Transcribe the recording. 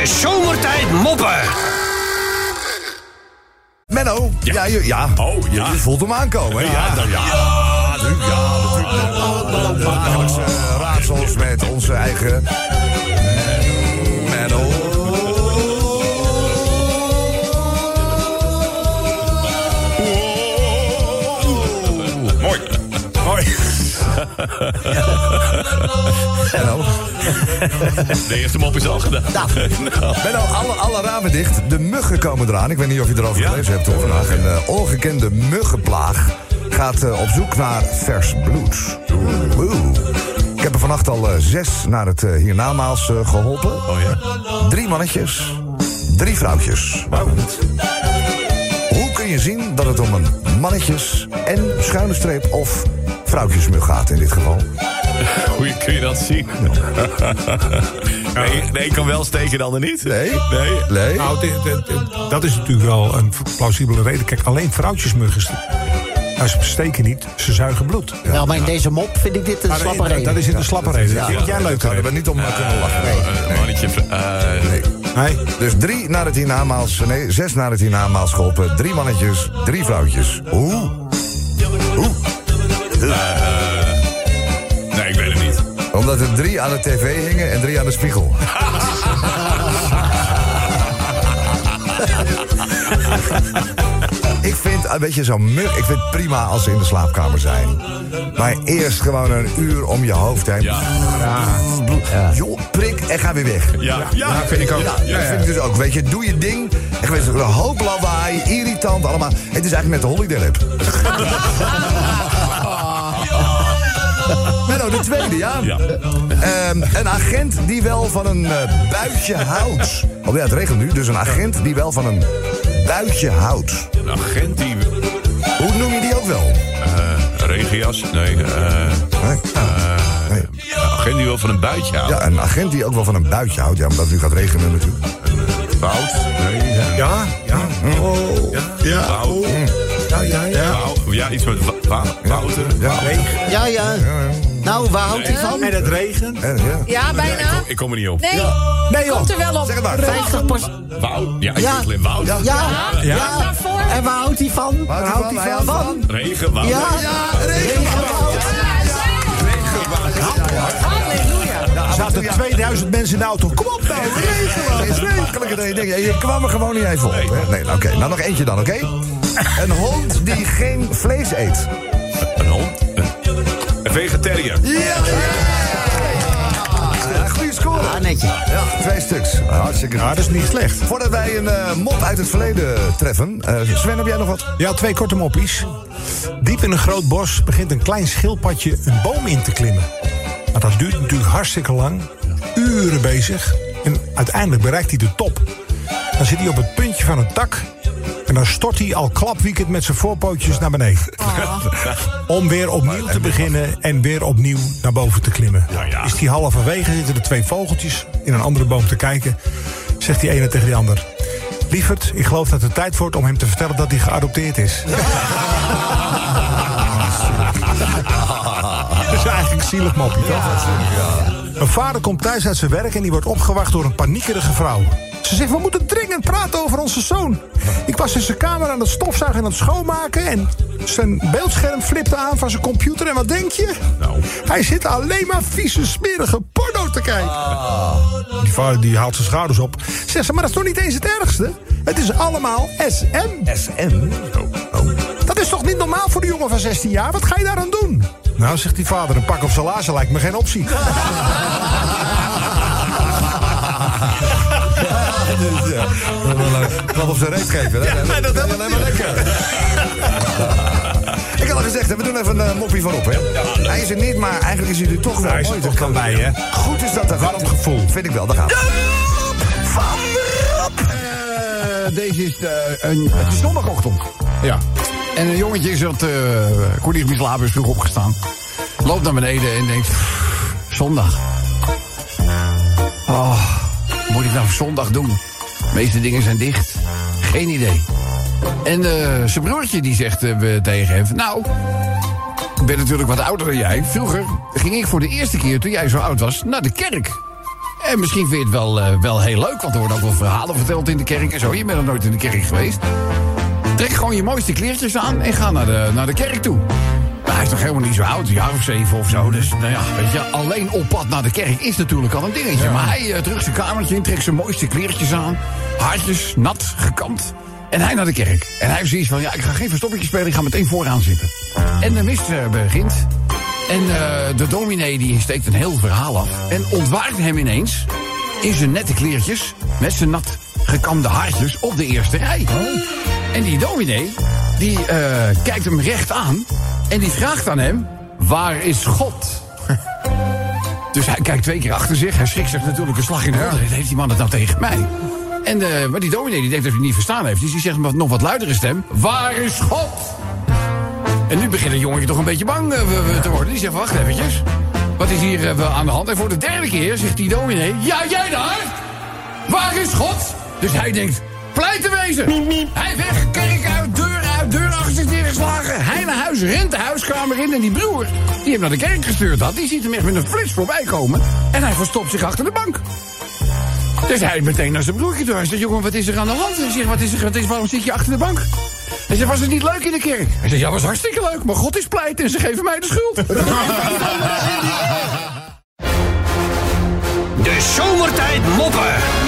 Zomertijd moppen. Menno, ja. Je voelt hem aankomen, hè? Natuurlijk. Dagelijkse raadsels met onze eigen Menno. Mooi. Menno. De eerste mop is al gedaan. Menno, alle ramen dicht. De muggen komen eraan. Ik weet niet of je erover gelezen hebt hoor vandaag. Een ongekende muggenplaag gaat op zoek naar vers bloed. Ik heb er vannacht al 6 naar het hiernamaals geholpen. Oh ja? 3 mannetjes, 3 vrouwtjes. Hoe kun je zien dat het om een mannetjes en schuine streep of vrouwtjesmug gaat in dit geval? Hoe kun je dat zien? De een kan wel steken, de ander niet. Nee. Nou, dat is natuurlijk wel een plausibele reden. Kijk, alleen vrouwtjesmuggen ze steken niet, ze zuigen bloed. Ja. Nou, maar in deze mop vind ik dit een slappe reden. Dat is in de slappe reden. Dat vind jij leuk. Daar hebben we niet om kunnen lachen. Mannetje... Nee. Dus 3 naar het hiernamaals. Nee, 6 naar het hiernamaals geholpen. 3 mannetjes, 3 vrouwtjes. Hoe? Nee, ik weet het niet. Omdat er 3 aan de tv hingen en 3 aan de spiegel. Ik vind een beetje zo'n mug. Ik vind het prima als ze in de slaapkamer zijn. Maar eerst gewoon een uur om je hoofd heen. Ja. Joh, prik en ga weer weg. Ja, vind ik ook. Ja, dat vind ik dus ook. Weet je, doe je ding. En geweest een hoop lawaai, irritant, allemaal. Het is eigenlijk net de Holiday Lab. Menno, de tweede, ja? Een agent die wel van een buitje houdt. Oh ja, het regent nu, dus een agent die wel van een buitje houdt. Een agent die... Hoe noem je die ook wel? Regenjas? Nee. Nee. Een agent die wel van een buitje houdt. Ja, een agent die ook wel van een buitje houdt. Ja, omdat het nu gaat regenen natuurlijk. Wout? Nee. Ja. Wout? Ja, iets met Wouter. Ja. Nou, waar houdt hij van? En het regent. Ja, bijna. Ik kom er niet op. Nee, komt er wel op. Zeg het maar. 50%. Wout? Ja, ik zeg alleen Wout. Ja. Daarvoor. En waar houdt hij van? Waar houdt hij van? Regen, Wout. Ja, regenwoud. Halleluja. Er zaten 2000 mensen in de auto. Kom op nou, Het is werkelijk een ding. Je kwam er gewoon niet even op. Hè? Nee, oké. Nou, nog eentje dan, oké? Een hond die geen vlees eet. Een hond? Een vegetariër. Ja, goede score. Ah, netje. Ja, 2 stuks. Hartstikke goed. dat is niet slecht. Voordat wij een mop uit het verleden treffen. Sven, heb jij nog wat? Ja, 2 korte moppies. Diep in een groot bos begint een klein schildpadje een boom in te klimmen. Maar dat duurt natuurlijk hartstikke lang. Uren bezig. En uiteindelijk bereikt hij de top. Dan zit hij op het puntje van een tak. En dan stort hij al klapwiekend met zijn voorpootjes naar beneden. Om weer opnieuw te beginnen en weer opnieuw naar boven te klimmen. Ja. Is hij halverwege, zitten er 2 vogeltjes in een andere boom te kijken. Zegt die ene tegen die ander: lieverd, ik geloof dat het tijd wordt om hem te vertellen dat hij geadopteerd is. Dat is eigenlijk een zielig mopje, toch? Een vader komt thuis uit zijn werk en die wordt opgewacht door een paniekerige vrouw. Ze zegt, we moeten dringend praten over onze zoon. Ik was in zijn kamer aan het stofzuigen en aan het schoonmaken en zijn beeldscherm flipte aan van zijn computer. En wat denk je? Nou. Hij zit alleen maar vieze, smerige porno te kijken. Die vader die haalt zijn schouders op. Zegt ze, maar dat is toch niet eens het ergste? Het is allemaal SM. SM? Dat is toch niet normaal voor de jongen van 16 jaar? Wat ga je daar aan doen? Nou, zegt die vader, een pak op zijn laarzen lijkt me geen optie. Klap op zijn reet geven, hè? Ja, dat is helemaal lekker. Ik had al gezegd, we doen even een moppie voorop, hè? Hij is er niet, maar eigenlijk is hij er toch wel. Hij is er toch wel bij, hè? Goed is dat, Warm gevoel. Vind ik wel, daar gaan we. Van deze is het is zondagochtend. Ja. En een jongetje is dat kon niet meer slapen, is vroeg opgestaan. Loopt naar beneden en denkt, zondag. Oh, wat moet ik nou zondag doen? De meeste dingen zijn dicht. Geen idee. En zijn broertje die zegt tegen hem, nou, ik ben natuurlijk wat ouder dan jij. Vroeger ging ik voor de eerste keer, toen jij zo oud was, naar de kerk. En misschien vind je het wel heel leuk, want er worden ook wel verhalen verteld in de kerk en zo. Je bent nog nooit in de kerk geweest. Trek gewoon je mooiste kleertjes aan en ga naar de kerk toe. Nou, hij is toch helemaal niet zo oud, een jaar of 7 of zo. Dus nou ja, weet je, alleen op pad naar de kerk is natuurlijk al een dingetje. Ja. Maar hij drukt zijn kamertje in, trekt zijn mooiste kleertjes aan. Haartjes, nat, gekamd. En hij naar de kerk. En hij heeft zoiets van, ja, ik ga geen verstoppertje spelen, ik ga meteen vooraan zitten. En de mis begint. En de dominee die steekt een heel verhaal af. En ontwaart hem ineens in zijn nette kleertjes, met zijn nat gekamde haartjes op de eerste rij. Oh. En die dominee, die kijkt hem recht aan. En die vraagt aan hem, waar is God? Dus hij kijkt 2 keer achter zich. Hij schrikt zich natuurlijk een slag in de handen. Heeft die man het nou tegen mij? En maar die dominee die denkt dat hij het niet verstaan heeft. Dus die zegt met nog wat luidere stem, waar is God? En nu begint het jongetje toch een beetje bang te worden. Die zegt, wacht eventjes. Wat is hier aan de hand? En voor de 3e keer zegt die dominee, ja, jij daar? Waar is God? Dus hij denkt, pleit te wezen. Hij weg, kerk uit, deur achter zich neergeslagen. Hij naar huis, rent de huiskamer in. En die broer, die hem naar de kerk gestuurd had, die ziet hem echt met een flits voorbij komen. En hij verstopt zich achter de bank. Dus hij meteen naar zijn broertje toe. Hij zegt, jongen, wat is er aan de hand? Hij zegt, wat is, waarom zit je achter de bank? Hij zegt, was het niet leuk in de kerk? Hij zegt, ja, was hartstikke leuk, maar God is pleit en ze geven mij de schuld. De zomertijd moppen.